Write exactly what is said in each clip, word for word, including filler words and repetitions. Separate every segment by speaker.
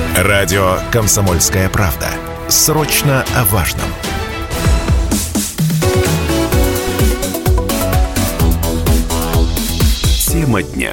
Speaker 1: Радио «Комсомольская правда». Срочно о важном. Тема дня.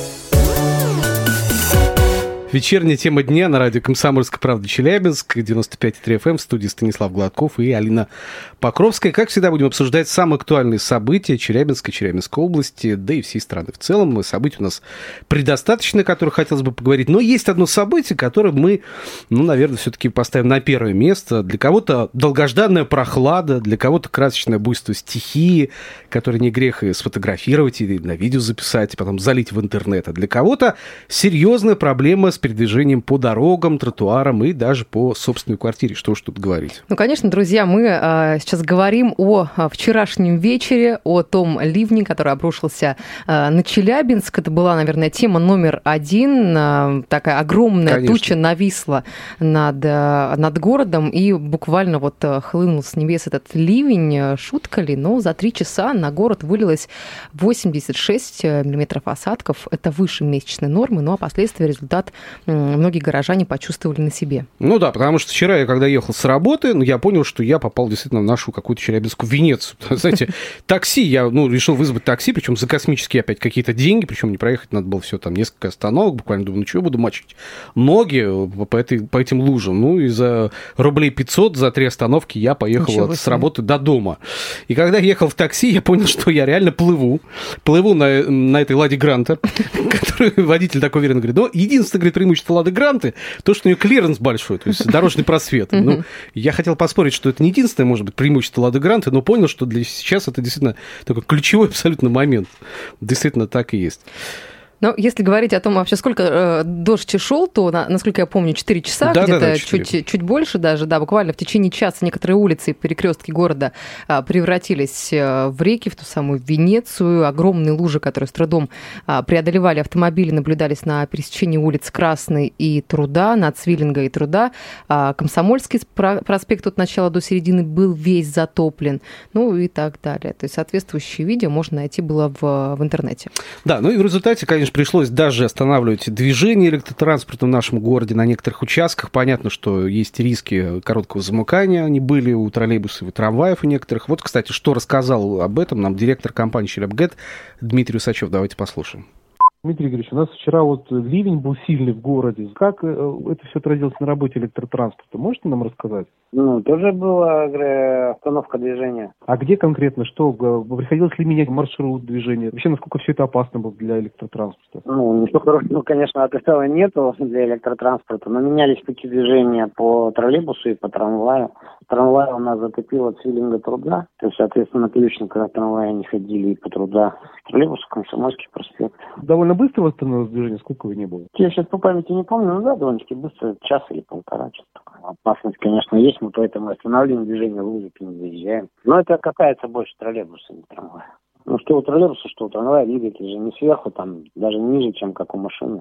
Speaker 2: Вечерняя тема дня на радио «Комсомольская правда» Челябинск, девяносто пять и три эф эм, в студии Станислав Гладков и Алина Покровская. Как всегда, будем обсуждать самые актуальные события Челябинска, Челябинской области, да и всей страны в целом. Событий у нас предостаточно, о которых хотелось бы поговорить. Но есть одно событие, которое мы, ну, наверное, все-таки поставим на первое место. Для кого-то долгожданная прохлада, для кого-то красочное буйство стихии, которое не грех и сфотографировать, и на видео записать, и потом залить в интернет. А для кого-то серьезная проблема с передвижением по дорогам, тротуарам и даже по собственной квартире. Что уж тут говорить.
Speaker 3: Ну, конечно, друзья, мы а, сейчас говорим о а, вчерашнем вечере, о том ливне, который обрушился а, на Челябинск. Это была, наверное, тема номер один. А, такая огромная конечно. Туча нависла над, а, над городом, и буквально вот а, хлынул с небес этот ливень. Шутка ли? Но за три часа на город вылилось восемьдесят шесть миллиметров осадков. Это выше месячной нормы, ну а последствия, результат многие горожане почувствовали на себе.
Speaker 2: Ну да, потому что вчера я, когда ехал с работы, ну, я понял, что я попал действительно в нашу какую-то челябинскую Венецию. Знаете, такси, я ну, решил вызвать такси, причем за космические опять какие-то деньги, причем не проехать надо было все там несколько остановок, буквально думаю, ну что я буду мочить ноги по, этой, по этим лужам. Ну и за рублей пятьсот за три остановки я поехал от, с работы до дома. И когда я ехал в такси, я понял, что я реально плыву. Плыву на, на этой Ладе Гранта, который водитель так уверенно говорит, ну, единственное, говорит, преимущество Лады Гранты, то, что у нее клиренс большой, то есть дорожный просвет. Ну, я хотел поспорить, что это не единственное, может быть, преимущество Лады Гранты, но понял, что для сейчас это действительно такой ключевой абсолютно момент. Действительно так и есть.
Speaker 3: Но если говорить о том, вообще сколько э, дождь шел, то, на, насколько я помню, четыре часа, да, где-то да, да, чуть, чуть больше даже, да, буквально в течение часа некоторые улицы и перекрестки города а, превратились а, в реки, в ту самую Венецию. Огромные лужи, которые с трудом а, преодолевали автомобили, наблюдались на пересечении улиц Красной и Труда, на Цвиллинга и Труда. А, Комсомольский проспект от начала до середины был весь затоплен, ну и так далее. То есть соответствующие видео можно найти было в, в интернете. Да, ну и в результате, конечно, пришлось даже останавливать движение электротранспорта в нашем городе на некоторых участках. Понятно, что есть риски короткого замыкания, они были у троллейбусов и трамваев у некоторых. Вот, кстати, что рассказал об этом нам директор компании «Челябгэт» Дмитрий Усачев. Давайте послушаем.
Speaker 4: Дмитрий Игоревич, у нас вчера вот ливень был сильный в городе. Как это все отразилось на работе электротранспорта? Можете нам рассказать?
Speaker 5: Ну, тоже была говорю, остановка движения.
Speaker 4: А где конкретно? Что? Приходилось ли менять маршрут движения? Вообще, насколько все это опасно было для электротранспорта?
Speaker 5: Ну, ничего хорошего, ну, конечно, от этого нету для электротранспорта, но менялись пути движения по троллейбусу и по трамваю. Трамвай у нас затопило от Цвиллинга Труда, то есть, соответственно, ключно, когда трамваи не ходили и по Труда. Троллейбус, Комсомольский проспект.
Speaker 4: Довольно быстро восстановилось движение? Сколько его не было?
Speaker 5: Я сейчас по памяти не помню, но да, довольно-таки быстро, час или полтора, что-то такое. Опасность, конечно, есть, мы поэтому останавливаем движение, в лужи не заезжаем. Но это касается больше троллейбуса, не трамвая. Ну, что у троллейбуса, что у трамвая, двигатель же не сверху, там, даже ниже, чем как у машины.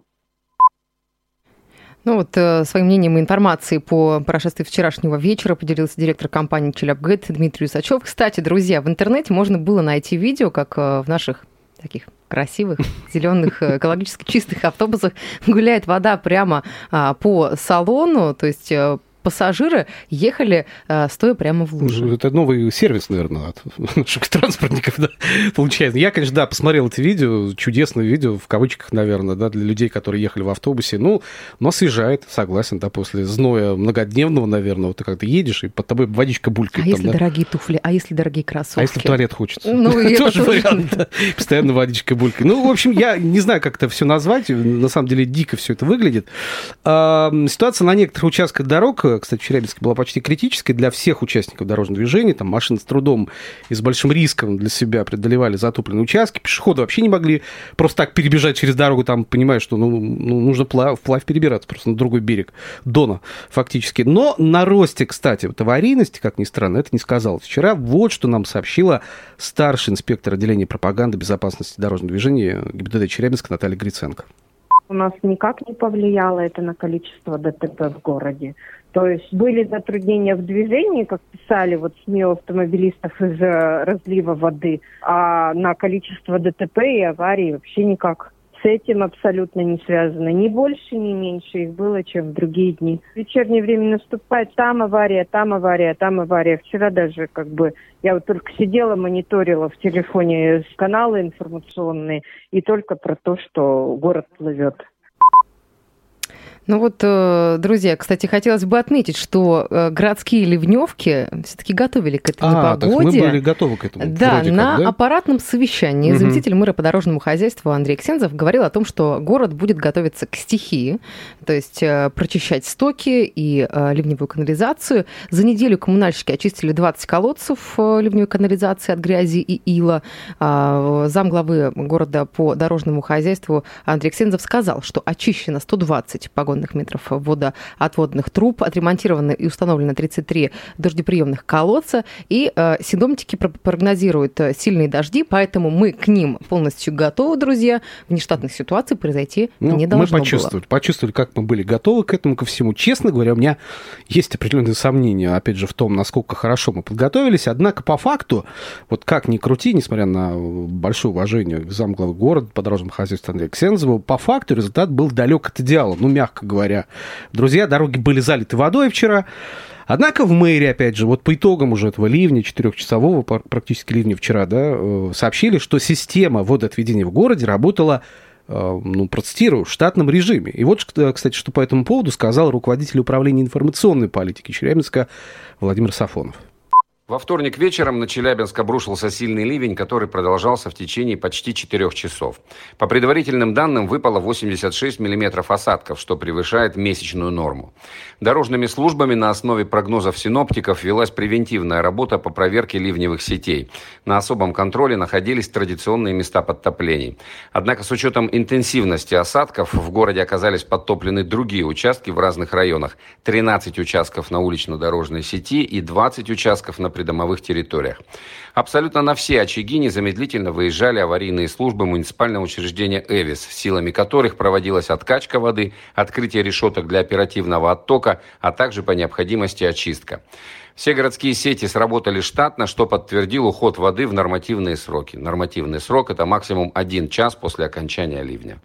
Speaker 3: Ну вот э, своим мнением и информацией по происшествию вчерашнего вечера поделился директор компании «Челябгэт» Дмитрий Усачев. Кстати, друзья, в интернете можно было найти видео, как э, в наших таких красивых, зеленых, экологически чистых автобусах гуляет вода прямо а, по салону, то есть пассажиры ехали, стоя прямо в луже.
Speaker 2: Это новый сервис, наверное, от наших транспортников, да, получается. Я, конечно, да, посмотрел это видео, чудесное видео, в кавычках, наверное, да, для людей, которые ехали в автобусе. Ну, но освежает, согласен, да, после зноя многодневного, наверное, вот ты как-то едешь, и под тобой водичка булькает.
Speaker 3: А
Speaker 2: там,
Speaker 3: если
Speaker 2: да?
Speaker 3: Дорогие туфли, а если дорогие кроссовки?
Speaker 2: А если в туалет хочется?
Speaker 3: Ну,
Speaker 2: тоже вариант, постоянно водичка булькает. Ну, в общем, я не знаю, как это все назвать, на самом деле дико все это выглядит. Ситуация на некоторых участках дорог, кстати, в Челябинске была почти критической для всех участников дорожного движения. Там машины с трудом и с большим риском для себя преодолевали затопленные участки. Пешеходы вообще не могли просто так перебежать через дорогу, там, понимая, что ну, ну, нужно вплавь, вплавь перебираться просто на другой берег Дона фактически. Но на росте, кстати, вот аварийности, как ни странно, это не сказалось. Вчера вот что нам сообщила старший инспектор отделения пропаганды безопасности дорожного движения ГИБДД Челябинска Наталья Гриценко.
Speaker 6: У нас никак не повлияло это на количество ДТП в городе. То есть были затруднения в движении, как писали вот СМИ автомобилистов из-за разлива воды, а на количество ДТП и аварий вообще никак. с этим абсолютно не связано. Ни больше, ни меньше их было, чем в другие дни. В вечернее время наступает, там авария, там авария, там авария. Вчера даже как бы я вот только сидела, мониторила в телефоне каналы информационные и только про то, что город плывет.
Speaker 3: Ну вот, друзья, кстати, хотелось бы отметить, что городские ливневки все-таки готовили к этой
Speaker 2: а,
Speaker 3: непогоде.
Speaker 2: Мы были готовы к этому.
Speaker 3: Да,
Speaker 2: как,
Speaker 3: на
Speaker 2: да?
Speaker 3: аппаратном совещании угу. заместитель мэра по дорожному хозяйству Андрей Ксензов говорил о том, что город будет готовиться к стихии, то есть прочищать стоки и ливневую канализацию. За неделю коммунальщики очистили двадцать колодцев ливневой канализации от грязи и ила. Замглавы города по дорожному хозяйству Андрей Ксензов сказал, что очищено сто двадцать погонных метров водоотводных труб, отремонтированы и установлены тридцать три дождеприемных колодца, и э, синоптики прогнозируют сильные дожди, поэтому мы к ним полностью готовы, друзья. Внештатных ситуаций произойти ну, не должно
Speaker 2: мы почувствовали,
Speaker 3: было.
Speaker 2: почувствовали, как мы были готовы к этому, ко всему. Честно говоря, у меня есть определенные сомнения, опять же, в том, насколько хорошо мы подготовились, однако по факту, вот как ни крути, несмотря на большое уважение к замглавы города по дорожному хозяйству Андрея Ксензова, по факту результат был далек от идеала, ну, мягко говоря. Друзья, дороги были залиты водой вчера. Однако в мэрии, опять же, вот по итогам уже этого ливня, четырехчасового практически ливня вчера, да, сообщили, что система водоотведения в городе работала, ну, процитирую, в штатном режиме. И вот, кстати, что по этому поводу сказал руководитель управления информационной политики Челябинска Владимир Сафонов.
Speaker 7: Во вторник вечером на Челябинск обрушился сильный ливень, который продолжался в течение почти четырех часов. По предварительным данным, выпало восемьдесят шесть миллиметров осадков, что превышает месячную норму. Дорожными службами на основе прогнозов синоптиков велась превентивная работа по проверке ливневых сетей. На особом контроле находились традиционные места подтоплений. Однако с учетом интенсивности осадков в городе оказались подтоплены другие участки в разных районах. тринадцать участков на улично-дорожной сети и двадцать участков на придомовых территориях. Абсолютно на все очаги незамедлительно выезжали аварийные службы муниципального учреждения «Эвис», силами которых проводилась откачка воды, открытие решеток для оперативного оттока, а также по необходимости очистка. Все городские сети сработали штатно, что подтвердил уход воды в нормативные сроки. Нормативный срок – это максимум один час после окончания ливня.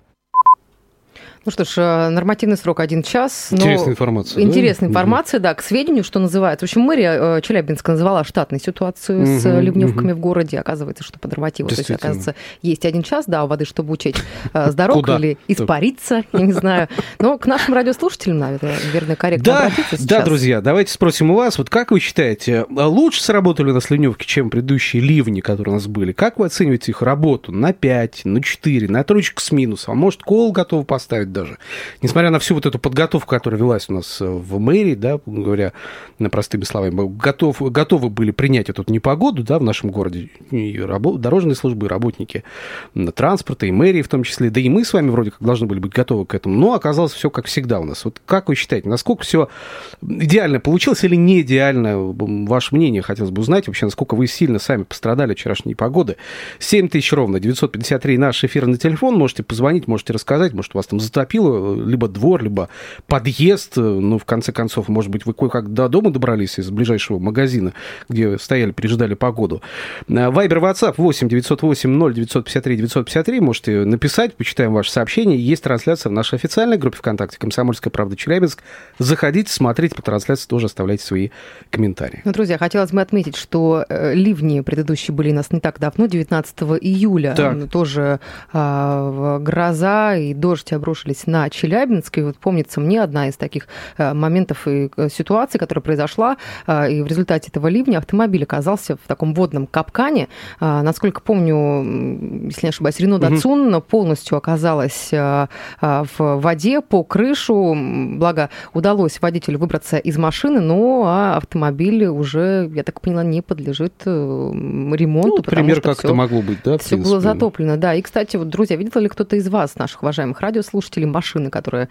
Speaker 3: Ну что ж, нормативный срок один час.
Speaker 2: Интересная информация.
Speaker 3: Интересная
Speaker 2: да?
Speaker 3: информация, да, к сведению, что называется. В общем, мэрия Челябинска назвала штатной ситуацию с угу, ливневками угу. в городе. Оказывается, что по нормативу. То есть, оказывается, есть один час, да, у воды, чтобы учить с дорог или испариться, я не знаю. Но к нашим радиослушателям, наверное, корректно обратиться сейчас.
Speaker 2: Да, друзья, давайте спросим у вас. Вот как вы считаете, лучше сработали у нас ливневки, чем предыдущие ливни, которые у нас были? Как вы оцениваете их работу? На пять, на четыре, на троечку с минусом? А может, кол готовы поставить даже? Несмотря на всю вот эту подготовку, которая велась у нас в мэрии, да, говоря простыми словами, мы готов, готовы были принять эту непогоду, да, в нашем городе, и рабо- дорожные службы, и работники транспорта, и мэрии в том числе, да и мы с вами вроде как должны были быть готовы к этому, но оказалось все как всегда у нас. Вот как вы считаете, насколько все идеально получилось или не идеально? Ваше мнение хотелось бы узнать, вообще, насколько вы сильно сами пострадали от вчерашней непогоды. семь тысяч ровно, девятьсот пятьдесят три наш эфирный телефон, можете позвонить, можете рассказать, может, вас там затопило, либо двор, либо подъезд, ну, в конце концов, может быть, вы кое-как до дома добрались из ближайшего магазина, где стояли, пережидали погоду. Вайбер, WhatsApp восемь девятьсот восемь ноль девятьсот пятьдесят три девятьсот пятьдесят три, можете написать, почитаем ваши сообщения. Есть трансляция в нашей официальной группе ВКонтакте «Комсомольская правда Челябинск». Заходите, смотрите по трансляции, тоже оставляйте свои комментарии.
Speaker 3: Ну, друзья, хотелось бы отметить, что ливни предыдущие были у нас не так давно, девятнадцатого июля. Так. Тоже а, гроза и дождь обрушились на Челябинск. И вот помнится мне одна из таких моментов и ситуаций, которая произошла, и в результате этого ливня автомобиль оказался в таком водном капкане. Насколько помню, если не ошибаюсь, Рено Датсун угу. полностью оказалась в воде по крышу. Благо, удалось водителю выбраться из машины, но автомобиль уже, я так поняла, не подлежит ремонту.
Speaker 2: Ну, пример, как это могло быть, да?
Speaker 3: Все было затоплено, да. И, кстати, вот, друзья, видел ли кто-то из вас, наших уважаемых радиослушателей, испортили машины, которые,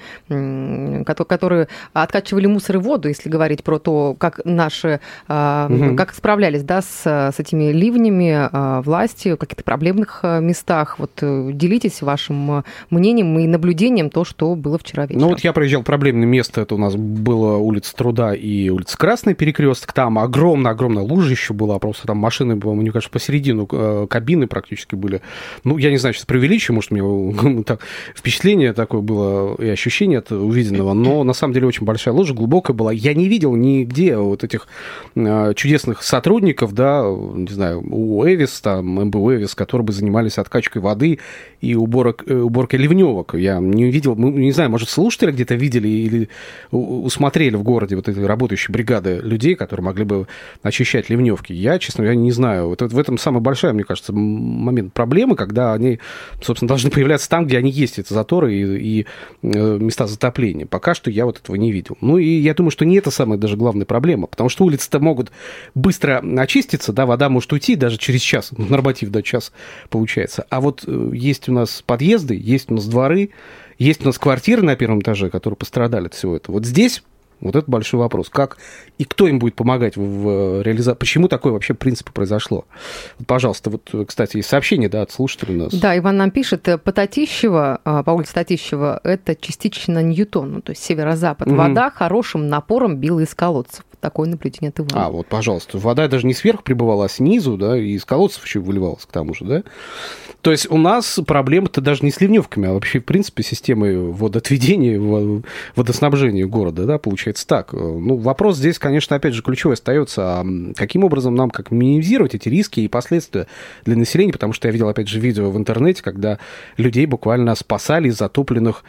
Speaker 3: которые откачивали мусор и воду, если говорить про то, как наши, угу. как справлялись, да, с, с этими ливнями власти в каких-то проблемных местах. Вот делитесь вашим мнением и наблюдением то, что было вчера вечером.
Speaker 2: Ну вот я проезжал проблемное место, это у нас была улица Труда и улица Красный перекресток, там огромная-огромная лужа еще была, просто там машины, мне кажется, посередину кабины практически были. Ну, я не знаю, сейчас преувеличу, может, у меня так, впечатление такое было и ощущение от увиденного, но на самом деле очень большая лужа, глубокая была. Я не видел нигде вот этих чудесных сотрудников, да, не знаю, у Эвис, там, эм бэ у Эвис, которые бы занимались откачкой воды и уборок, уборкой ливневок. Я не видел, не знаю, может, слушатели где-то видели или усмотрели в городе вот этой работающей бригады людей, которые могли бы очищать ливневки. Я, честно говоря, не знаю. Вот в этом самая большая, мне кажется, момент проблемы, когда они, собственно, должны появляться там, где они есть, это заторы и, и места затопления. Пока что я вот этого не видел. Ну, и я думаю, что не это самая даже главная проблема, потому что улицы-то могут быстро очиститься, да, вода может уйти даже через час, норматив, да, час получается. А вот есть у нас подъезды, есть у нас дворы, есть у нас квартиры на первом этаже, которые пострадали от всего этого. Вот здесь вот это большой вопрос. Как и кто им будет помогать в, в реализации? Почему такое вообще в принципе произошло? Вот, пожалуйста, вот, кстати, есть сообщение, да, от слушателей у нас.
Speaker 3: Да, Иван нам пишет, по Татищево, по улице Татищева, это частично Ньютон, ну, то есть северо-запад. Угу. Вода хорошим напором била из колодцев. Такое наблюдение от Ивана.
Speaker 2: А, вот, пожалуйста. Вода даже не сверху прибывала, а снизу, да, и из колодцев еще выливалась к тому же, да? То есть у нас проблема-то даже не с ливневками, а вообще, в принципе, системой водоотведения, водоснабжения города, да, получается так. Ну, вопрос здесь, конечно, опять же, ключевой остается, а каким образом нам как минимизировать эти риски и последствия для населения, потому что я видел, опять же, видео в интернете, когда людей буквально спасали из затопленных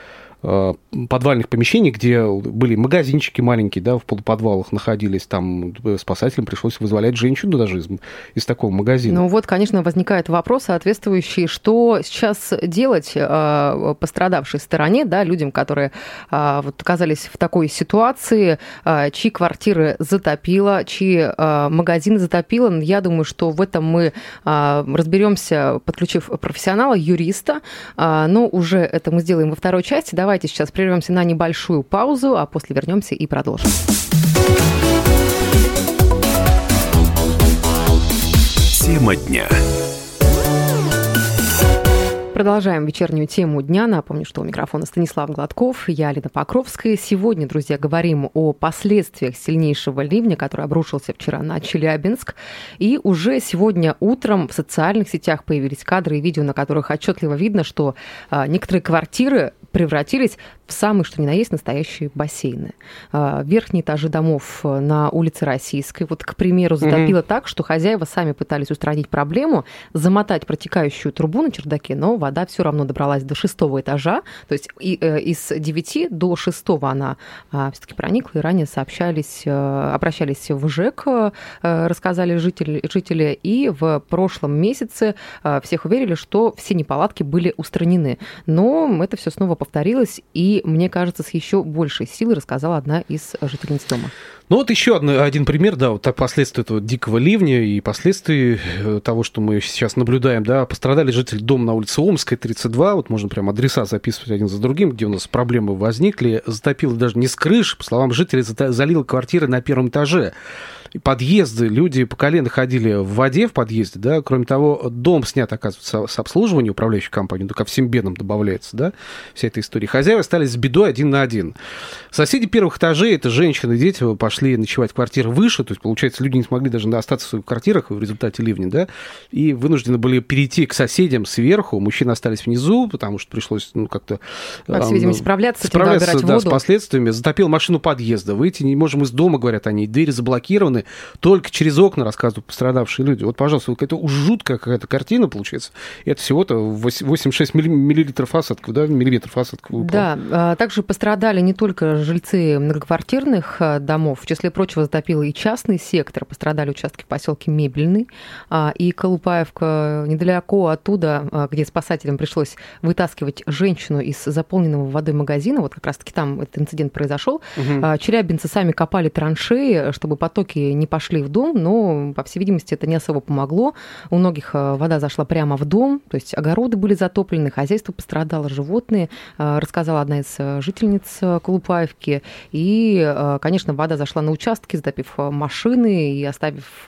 Speaker 2: подвальных помещений, где были магазинчики маленькие, да, в полуподвалах находились, там спасателям пришлось вызволять женщину даже из, из такого магазина.
Speaker 3: Ну вот, конечно, возникает вопрос соответствующий, что сейчас делать э, пострадавшей стороне, да, людям, которые э, вот оказались в такой ситуации, э, чьи квартиры затопило, чьи э, магазины затопило. Я думаю, что в этом мы э, разберемся, подключив профессионала, юриста, э, но уже это мы сделаем во второй части. Давайте сейчас прервемся на небольшую паузу, а после вернемся и продолжим.
Speaker 1: Тема дня.
Speaker 3: Продолжаем вечернюю тему дня. Напомню, что у микрофона Станислав Гладков, я Алина Покровская. Сегодня, друзья, говорим о последствиях сильнейшего ливня, который обрушился вчера на Челябинск. И уже сегодня утром в социальных сетях появились кадры и видео, на которых отчетливо видно, что некоторые квартиры превратились в самые, что ни на есть, настоящие бассейны. Верхние этажи домов на улице Российской, вот, к примеру, затопило mm-hmm. так, что хозяева сами пытались устранить проблему, замотать протекающую трубу на чердаке, но вода все равно добралась до шестого этажа, то есть и, э, из девяти до шестого она э, все-таки проникла, и ранее сообщались, э, обращались в ЖЭК, э, рассказали жители, жители, и в прошлом месяце э, всех уверили, что все неполадки были устранены. Но это все снова повторилось, и, мне кажется, с еще большей силой рассказала одна из жительниц дома.
Speaker 2: Ну вот еще один, один пример, да, вот последствия этого дикого ливня и последствий того, что мы сейчас наблюдаем, да, пострадали жители дома на улице Омская, тридцать два, вот можно прям адреса записывать один за другим, где у нас проблемы возникли, затопило даже не с крыши, по словам жителей, залило квартиры на первом этаже. Подъезды, люди по колено ходили в воде в подъезде, да, кроме того, дом снят, оказывается, с обслуживания управляющей компании, только всем бедам добавляется, да, вся эта история. Хозяева остались с бедой один на один. Соседи первых этажей, это женщины и дети, пошли ночевать в квартиры выше, то есть, получается, люди не смогли даже остаться в своих квартирах в результате ливня, да, и вынуждены были перейти к соседям сверху, мужчины остались внизу, потому что пришлось, ну, как-то...
Speaker 3: По всей видимости, справляться, с этим,
Speaker 2: справляться,
Speaker 3: да, убирать
Speaker 2: да,
Speaker 3: воду.
Speaker 2: с последствиями. Затопил машину подъезда, выйти не можем из дома, говорят они, двери заблокированы, только через окна, рассказывают пострадавшие люди. Вот, пожалуйста, вот это уж жуткая какая-то картина получается. Это всего-то восемьдесят шесть миллилитров осадков, да, миллиметров осадков выпало.
Speaker 3: Да, также пострадали не только жильцы многоквартирных домов, в числе прочего затопило и частный сектор, пострадали участки в поселке Мебельный и Колупаевка. Недалеко оттуда, где спасателям пришлось вытаскивать женщину из заполненного водой магазина, вот как раз-таки там этот инцидент произошел. Угу. Челябинцы сами копали траншеи, чтобы потоки не пошли в дом, но, по всей видимости, это не особо помогло. У многих вода зашла прямо в дом, то есть огороды были затоплены, хозяйство пострадало, животные, рассказала одна из жительниц Колупаевки. И, конечно, вода зашла на участки, затопив машины и оставив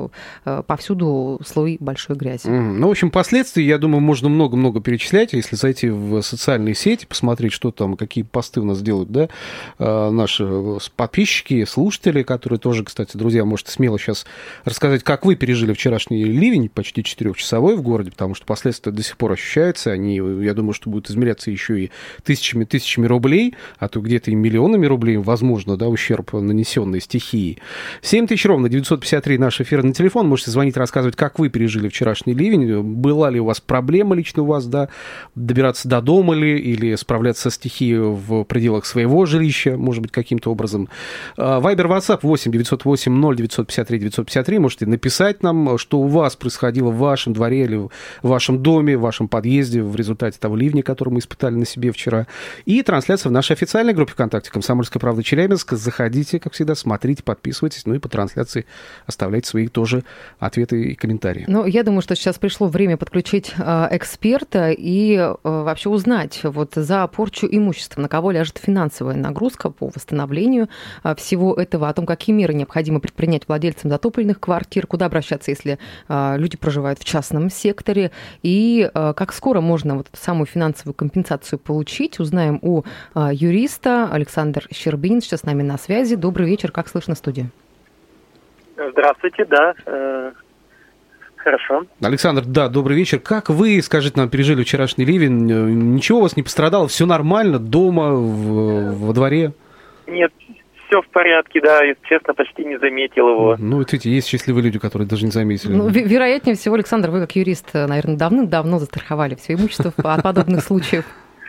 Speaker 3: повсюду слой большой грязи. Mm.
Speaker 2: Ну, в общем, последствий, я думаю, можно много-много перечислять, если зайти в социальные сети, посмотреть, что там, какие посты у нас делают, да, наши подписчики, слушатели, которые тоже, кстати, друзья, можете смело сейчас рассказать, как вы пережили вчерашний ливень, почти четырехчасовой в городе, потому что последствия до сих пор ощущаются, они, я думаю, что будут измеряться еще и тысячами-тысячами рублей, а то где-то и миллионами рублей, возможно, да, ущерб, нанесенный стихией. семь тысяч ровно девятьсот пятьдесят три наш эфирный телефон, можете звонить, рассказывать, как вы пережили вчерашний ливень, была ли у вас проблема лично у вас, да, добираться до дома ли, или справляться со стихией в пределах своего жилища, может быть, каким-то образом. Вайбер, WhatsApp восемь девятьсот восемь ноль девятьсот пятьдесят три девятьсот пятьдесят три, можете написать нам, что у вас происходило в вашем дворе или в вашем доме, в вашем подъезде в результате того ливня, который мы испытали на себе вчера. И трансляция в нашей официальной группе ВКонтакте «Комсомольская правда Челябинск». Заходите, как всегда, смотрите, подписывайтесь, ну и по трансляции оставляйте свои тоже ответы и комментарии.
Speaker 3: Ну, я думаю, что сейчас пришло время подключить э, эксперта и э, вообще узнать, вот за порчу имущества, на кого ляжет финансовая нагрузка по восстановлению э, всего этого, о том, какие меры необходимо предпринять владельцам затопленных квартир, куда обращаться, если э, люди проживают в частном секторе, и э, как скоро можно вот эту самую финансовую компенсацию получить, узнаем у э, юриста. Александр Щербинин сейчас с нами на связи. Добрый вечер, как слышно в студии?
Speaker 8: Здравствуйте, да, э, хорошо.
Speaker 2: Александр, да, добрый вечер. Как вы, скажите нам, пережили вчерашний ливень? Ничего у вас не пострадало? Все нормально? Дома, в, во дворе?
Speaker 8: Нет, все в порядке, да, если честно, почти не заметил его.
Speaker 2: Ну, вот видите, есть счастливые люди, которые даже не заметили.
Speaker 3: Ну, вероятнее всего, Александр, вы как юрист, наверное, давным-давно застраховали все имущество от подобных случаев.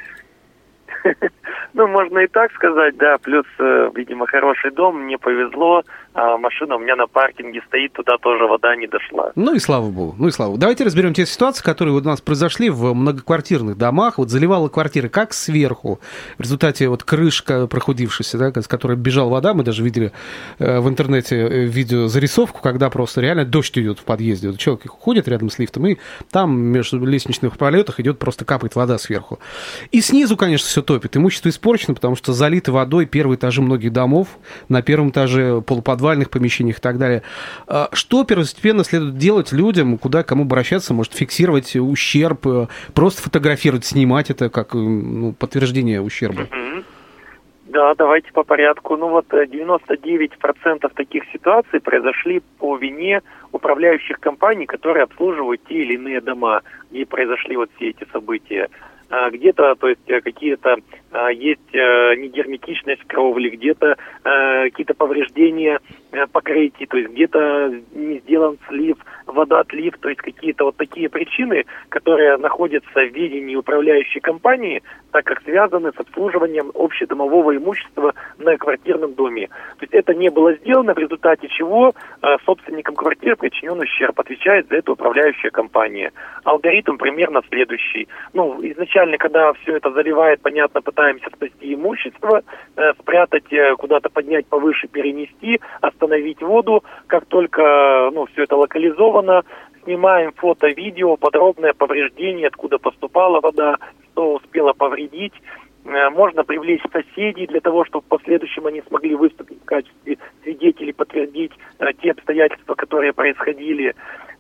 Speaker 8: Ну, можно и так сказать, да, плюс, видимо, хороший дом, мне повезло, а машина у меня на паркинге стоит, туда тоже вода не дошла.
Speaker 2: Ну и слава богу, ну и слава богу. Давайте разберем те ситуации, которые вот у нас произошли в многоквартирных домах, вот заливала квартиры как сверху, в результате вот крышка прохудившаяся, да, с которой бежала вода, мы даже видели э, в интернете видеозарисовку, когда просто реально дождь идет в подъезде, вот человек ходит рядом с лифтом, и там между лестничных пролетах идет, просто капает вода сверху. И снизу, конечно, все топит, имущество испорчено, потому что залиты водой первые этажи многих домов, на первом этаже полуподвальных помещениях и так далее. Что первостепенно следует делать людям, куда кому обращаться, может фиксировать ущерб, просто фотографировать, снимать это как, ну, подтверждение ущерба?
Speaker 8: Mm-hmm. Да, давайте по порядку. Ну вот девяносто девять процентов таких ситуаций произошли по вине управляющих компаний, которые обслуживают те или иные дома, где произошли вот все эти события. Где-то, то есть, какие-то есть негерметичность кровли, где-то какие-то повреждения покрытий, то есть где-то не сделан слив, водоотлив, то есть какие-то вот такие причины, которые находятся в ведении управляющей компании, так как связаны с обслуживанием общедомового имущества в многоквартирном доме. То есть это не было сделано, в результате чего собственникам квартир причинен ущерб, отвечает за это управляющая компания. Алгоритм примерно следующий. Ну, изначально, когда все это заливает, понятно, пытаемся спасти имущество, э, спрятать, э, куда-то поднять повыше, перенести, остановить воду. Как только, ну, все это локализовано, снимаем фото, видео, подробное повреждение, откуда поступала вода, что успела повредить. Э, можно привлечь соседей для того, чтобы в последующем они смогли выступить в качестве свидетелей, подтвердить э, те обстоятельства, которые происходили.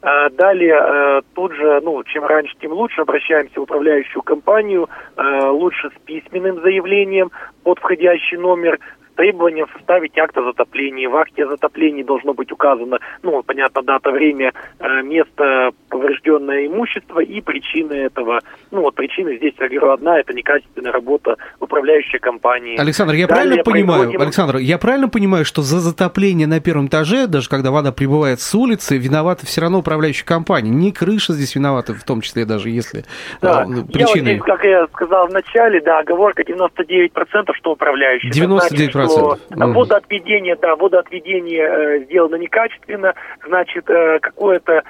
Speaker 8: Далее, тут же, ну, чем раньше, тем лучше, обращаемся в управляющую компанию, лучше с письменным заявлением под входящий номер, с требованием составить акт о затоплении. В акте о затоплении должно быть указано, ну, понятно, дата, время, место, поврежденное имущество и причины этого. Ну, вот причина здесь, я говорю, одна, это некачественная работа управляющей компании.
Speaker 2: Александр, я
Speaker 8: Далее
Speaker 2: правильно понимаю,
Speaker 8: производим...
Speaker 2: Александр, я правильно понимаю, что за затопление на первом этаже, даже когда вода прибывает с улицы, виновата все равно управляющая компания, не крыша здесь виновата, в том числе даже если
Speaker 8: да.
Speaker 2: а, причины...
Speaker 8: Я вот здесь, как я сказал в начале, да, оговорка девяносто девять процентов, что управляющая.
Speaker 2: девяносто девять процентов. процентов.
Speaker 8: водоотведение, да, водоотведение э, сделано некачественно, значит, э, какое-то,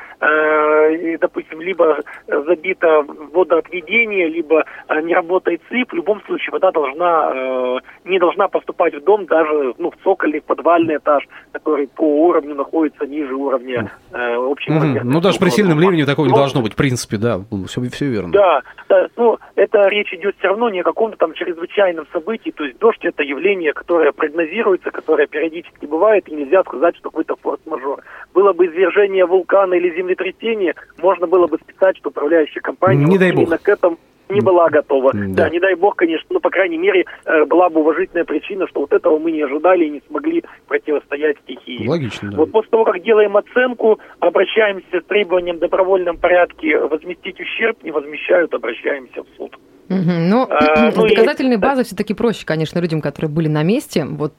Speaker 8: э, допустим, либо забито водоотведение, либо э, не работает цеп. В любом случае вода должна, э, не должна поступать в дом, даже ну, в цокольный, в подвальный этаж, который по уровню находится ниже уровня э, общего.
Speaker 2: Mm-hmm. Ну, даже при сильном ливне такого не должно быть, в принципе, да, все, все верно.
Speaker 8: Да, да, ну, это речь идет все равно не о каком-то там чрезвычайном событии, то есть дождь это явление, которое прогнозируется, которое периодически бывает, и нельзя сказать, что какой-то форс-мажор. Было бы извержение вулкана или землетрясение, можно было бы списать, что управляющая компания
Speaker 2: не
Speaker 8: вот
Speaker 2: дай
Speaker 8: именно
Speaker 2: бог.
Speaker 8: к этому не была готова.
Speaker 2: Да.
Speaker 8: да, не дай бог, конечно, но, по крайней мере, была бы уважительная причина, что вот этого мы не ожидали и не смогли противостоять стихии.
Speaker 2: Логично, да.
Speaker 8: Вот после того, как делаем оценку, обращаемся с требованием в добровольном порядке возместить ущерб, не возмещают, обращаемся в суд.
Speaker 3: Угу. Но
Speaker 8: а,
Speaker 3: с
Speaker 8: ну,
Speaker 3: доказательной
Speaker 8: и...
Speaker 3: базой все-таки проще, конечно, людям, которые были на месте. Вот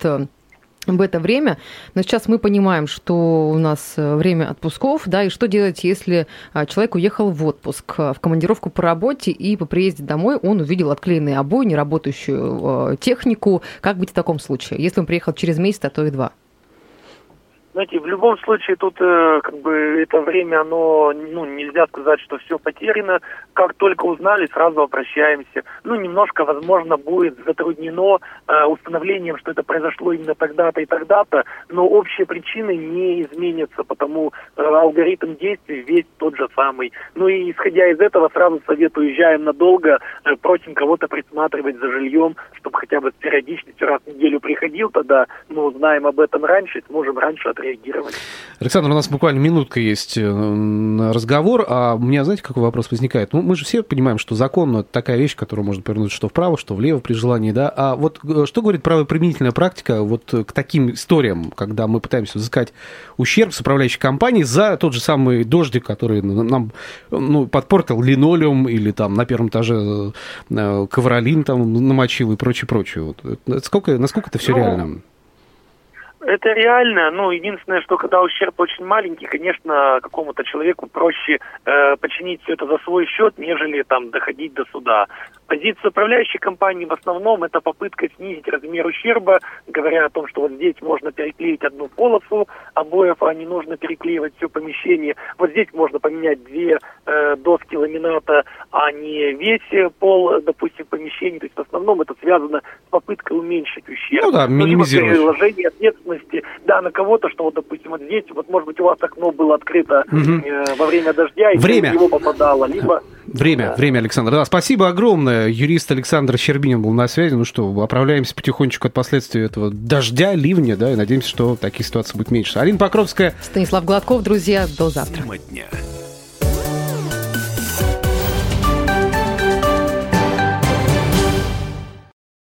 Speaker 3: в это время. Но сейчас мы понимаем, что у нас время отпусков, да, и что делать, если человек уехал в отпуск, в командировку по работе, и по приезде домой он увидел отклеенные обои, неработающую технику. Как быть в таком случае, если он приехал через месяц, а то и два?
Speaker 8: Знаете, в любом случае тут э, как бы это время, оно, ну, нельзя сказать, что все потеряно. Как только узнали, сразу обращаемся. Ну, немножко, возможно, будет затруднено э, установлением, что это произошло именно тогда-то и тогда-то, но общие причины не изменятся, потому э, алгоритм действий весь тот же самый. Ну и исходя из этого, сразу совет: уезжаем надолго, э, просим кого-то присматривать за жильем, чтобы хотя бы с периодичностью раз в неделю приходил, тогда мы узнаем об этом раньше, сможем раньше отреагировать.
Speaker 2: Александр, у нас буквально минутка есть на разговор, а у меня, знаете, какой вопрос возникает? Ну, мы же все понимаем, что закон – это такая вещь, которую можно повернуть что вправо, что влево при желании, да? А вот что говорит правоприменительная практика вот к таким историям, когда мы пытаемся взыскать ущерб с управляющей компанией за тот же самый дождик, который нам, ну, подпортил линолеум или там на первом этаже ковролин там намочил и прочее, прочее. Вот. Сколько, насколько это все ну... реально?
Speaker 8: Это реально, ну, единственное, что когда ущерб очень маленький, конечно, какому-то человеку проще э, починить все это за свой счет, нежели там доходить до суда. Позиция управляющей компании в основном это попытка снизить размер ущерба, говоря о том, что вот здесь можно переклеить одну полосу обоев, а не нужно переклеивать все помещение. Вот здесь можно поменять две э, доски ламината, а не весь пол, допустим, помещения. То есть в основном это связано с попыткой уменьшить ущерб.
Speaker 2: Ну да, минимизировать.
Speaker 8: Ну, либо переложение ответственности, да, на кого-то, что вот, допустим, вот здесь, вот, может быть, у вас окно было открыто угу. э, во время дождя, и
Speaker 2: время.
Speaker 8: в него попадало, либо...
Speaker 2: Время, да. время, Александр. Да, спасибо огромное. Юрист Александр Щербинин был на связи. Ну что, оправляемся потихонечку от последствий этого дождя, ливня, да, и надеемся, что такие ситуации будут меньше. Алина Покровская.
Speaker 3: Станислав Гладков, друзья, до завтра.
Speaker 1: Тема дня.